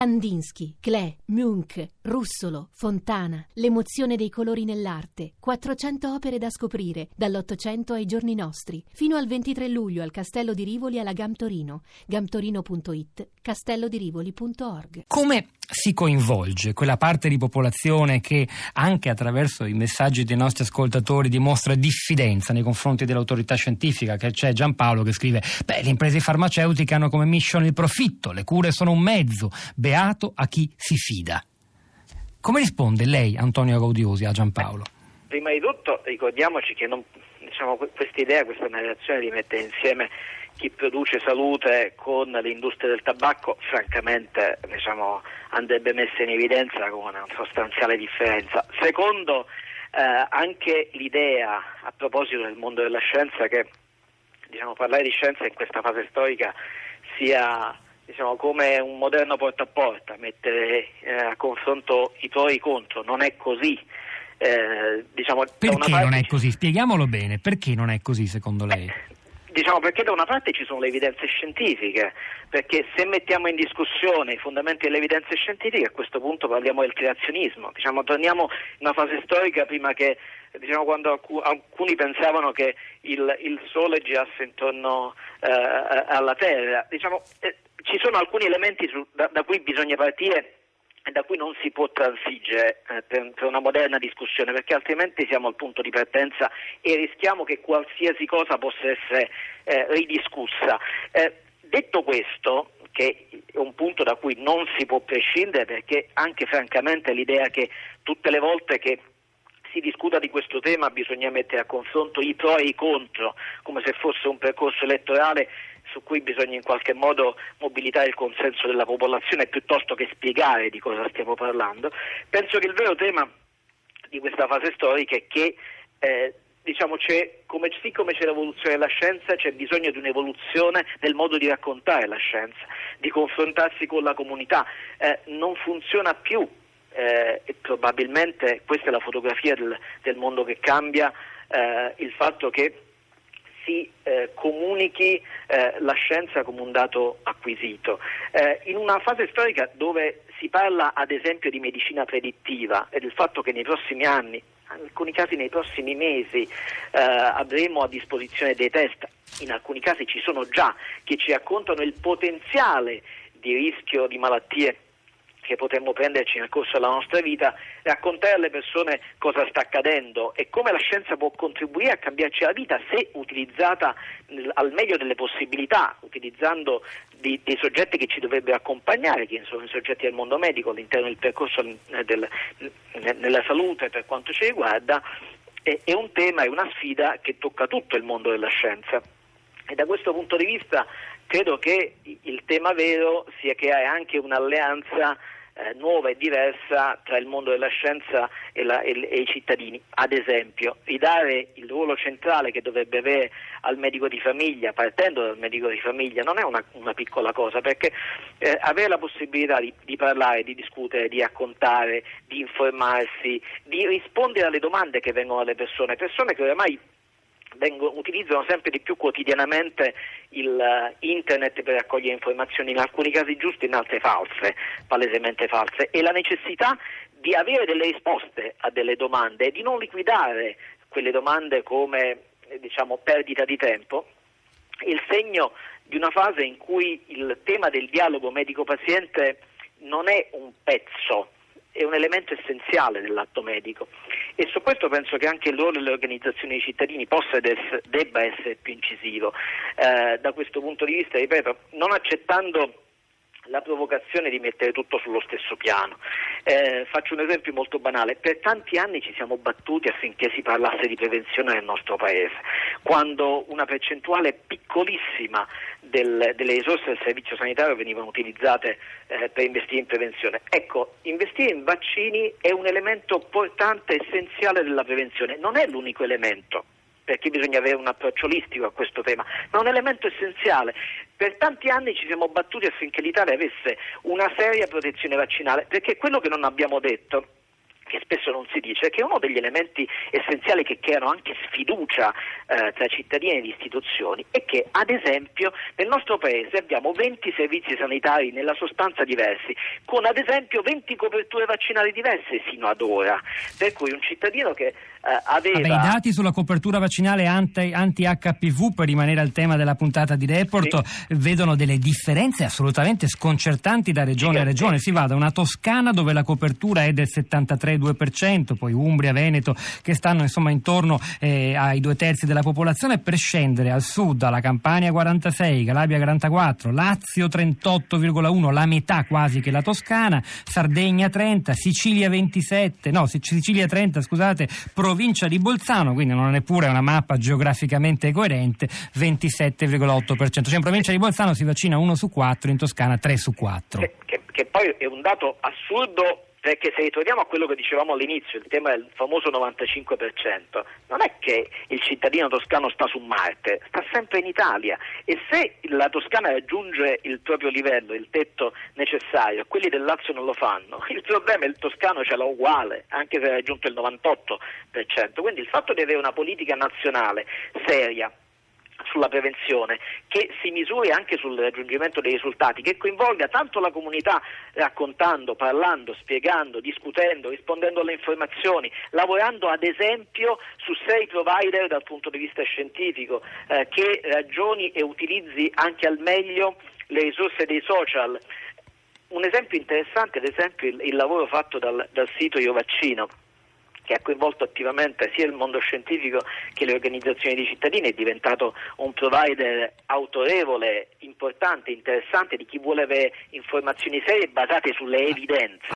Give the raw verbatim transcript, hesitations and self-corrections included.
Kandinsky, Klee, Munch, Russolo, Fontana, l'emozione dei colori nell'arte, quattrocento opere da scoprire, dall'Ottocento ai giorni nostri, fino al ventitré luglio al Castello di Rivoli alla Gam Torino, gamtorino punto it, castellodirivoli punto org. Come si coinvolge quella parte di popolazione che anche attraverso i messaggi dei nostri ascoltatori dimostra diffidenza nei confronti dell'autorità scientifica? Che c'è Giampaolo che scrive: beh, le imprese farmaceutiche hanno come mission il profitto, le cure sono un mezzo, beato a chi si fida. Come risponde lei, Antonio Gaudiosi, a Giampaolo? Prima di tutto ricordiamoci che non, diciamo, questa idea, questa narrazione di mettere insieme chi produce salute con l'industria del tabacco, francamente, diciamo, andrebbe messa in evidenza con una sostanziale differenza. Secondo, eh, anche l'idea, a proposito del mondo della scienza, che diciamo parlare di scienza in questa fase storica sia, diciamo, come un moderno porta a porta, mettere eh, a confronto i pro e i contro, non è così. Eh, diciamo, perché parte... non è così? Spieghiamolo bene, perché non è così secondo lei? Eh, Diciamo perché da una parte ci sono le evidenze scientifiche, perché se mettiamo in discussione i fondamenti delle evidenze scientifiche, a questo punto parliamo del creazionismo. Diciamo, torniamo in una fase storica prima che, diciamo, quando alcuni pensavano che il, il Sole girasse intorno eh, alla Terra. Diciamo, eh, ci sono alcuni elementi su, da, da cui bisogna partire e da cui non si può transigere eh, per, per una moderna discussione, perché altrimenti siamo al punto di partenza e rischiamo che qualsiasi cosa possa essere eh, ridiscussa. Eh, detto questo, che è un punto da cui non si può prescindere, perché anche francamente l'idea che tutte le volte che si discuta di questo tema bisogna mettere a confronto i pro e i contro, come se fosse un percorso elettorale su cui bisogna in qualche modo mobilitare il consenso della popolazione piuttosto che spiegare di cosa stiamo parlando. Penso che il vero tema di questa fase storica è che eh, diciamo c'è, come, sì come c'è l'evoluzione della scienza, c'è bisogno di un'evoluzione del modo di raccontare la scienza, di confrontarsi con la comunità. Eh, non funziona più eh, e probabilmente questa è la fotografia del, del mondo che cambia, eh, il fatto che si eh, comunichi eh, la scienza come un dato acquisito. Eh, in una fase storica dove si parla ad esempio di medicina predittiva e del fatto che nei prossimi anni, in alcuni casi nei prossimi mesi, eh, avremo a disposizione dei test, in alcuni casi ci sono già, che ci raccontano il potenziale di rischio di malattie che potremmo prenderci nel corso della nostra vita, raccontare alle persone cosa sta accadendo e come la scienza può contribuire a cambiarci la vita se utilizzata al meglio delle possibilità, utilizzando di, dei soggetti che ci dovrebbero accompagnare, che sono i soggetti del mondo medico all'interno del percorso del, nella salute per quanto ci riguarda. È, è un tema, è una sfida che tocca tutto il mondo della scienza. E da questo punto di vista credo che il tema vero sia creare anche un'alleanza eh, nuova e diversa tra il mondo della scienza e, la, e, e i cittadini. Ad esempio, ridare il ruolo centrale che dovrebbe avere al medico di famiglia, partendo dal medico di famiglia, non è una, una piccola cosa, perché eh, avere la possibilità di, di parlare, di discutere, di raccontare, di informarsi, di rispondere alle domande che vengono dalle persone, persone che oramai Vengono, utilizzano sempre di più quotidianamente il uh, internet per raccogliere informazioni, in alcuni casi giuste, in altre false, palesemente false, e la necessità di avere delle risposte a delle domande e di non liquidare quelle domande come, eh, diciamo, perdita di tempo, è il segno di una fase in cui il tema del dialogo medico-paziente non è un pezzo, è un elemento essenziale dell'atto medico, e su questo penso che anche il ruolo delle organizzazioni dei cittadini possa ed ess- debba essere più incisivo. Eh, da questo punto di vista, ripeto, non accettando la provocazione di mettere tutto sullo stesso piano. Eh, faccio un esempio molto banale: per tanti anni ci siamo battuti affinché si parlasse di prevenzione nel nostro paese, quando una percentuale piccolissima del, delle risorse del servizio sanitario venivano utilizzate eh, per investire in prevenzione. Ecco, investire in vaccini è un elemento portante, essenziale della prevenzione, non è l'unico elemento, perché bisogna avere un approccio olistico a questo tema, ma è un elemento essenziale. Per tanti anni ci siamo battuti affinché l'Italia avesse una seria protezione vaccinale, perché quello che non abbiamo detto che spesso non si dice, che è uno degli elementi essenziali che creano anche sfiducia eh, tra cittadini ed istituzioni, è che ad esempio nel nostro paese abbiamo venti servizi sanitari nella sostanza diversi, con ad esempio venti coperture vaccinali diverse sino ad ora, per cui un cittadino che eh, aveva... Vabbè, i dati sulla copertura vaccinale anti, anti-acca pi vu, per rimanere al tema della puntata di Report, sì, vedono delle differenze assolutamente sconcertanti da regione a regione. Si va da una Toscana dove la copertura è del settantatré virgola due per cento, poi Umbria, Veneto, che stanno insomma intorno eh, ai due terzi della popolazione, per scendere al sud, alla Campania quarantasei, Calabria quarantaquattro, Lazio trentotto virgola uno, la metà quasi che la Toscana, Sardegna trenta, Sicilia ventisette, no, Sicilia trenta, scusate, provincia di Bolzano, quindi non è neppure una mappa geograficamente coerente, ventisette virgola otto per cento. Cioè in provincia di Bolzano si vaccina uno su quattro, in Toscana tre su quattro. Che, che, che poi è un dato assurdo, perché se ritorniamo a quello che dicevamo all'inizio, il tema del famoso novantacinque per cento, non è che il cittadino toscano sta su Marte, sta sempre in Italia, e se la Toscana raggiunge il proprio livello, il tetto necessario, quelli del Lazio non lo fanno, il problema è il toscano ce l'ha uguale, anche se ha raggiunto il novantotto per cento, quindi il fatto di avere una politica nazionale seria sulla prevenzione, che si misuri anche sul raggiungimento dei risultati, che coinvolga tanto la comunità raccontando, parlando, spiegando, discutendo, rispondendo alle informazioni, lavorando ad esempio su sei provider dal punto di vista scientifico, eh, che ragioni e utilizzi anche al meglio le risorse dei social. Un esempio interessante, ad esempio, il, il lavoro fatto dal, dal sito Io Vaccino, che ha coinvolto attivamente sia il mondo scientifico che le organizzazioni di cittadini, è diventato un provider autorevole, importante, interessante, di chi vuole avere informazioni serie basate sulle evidenze.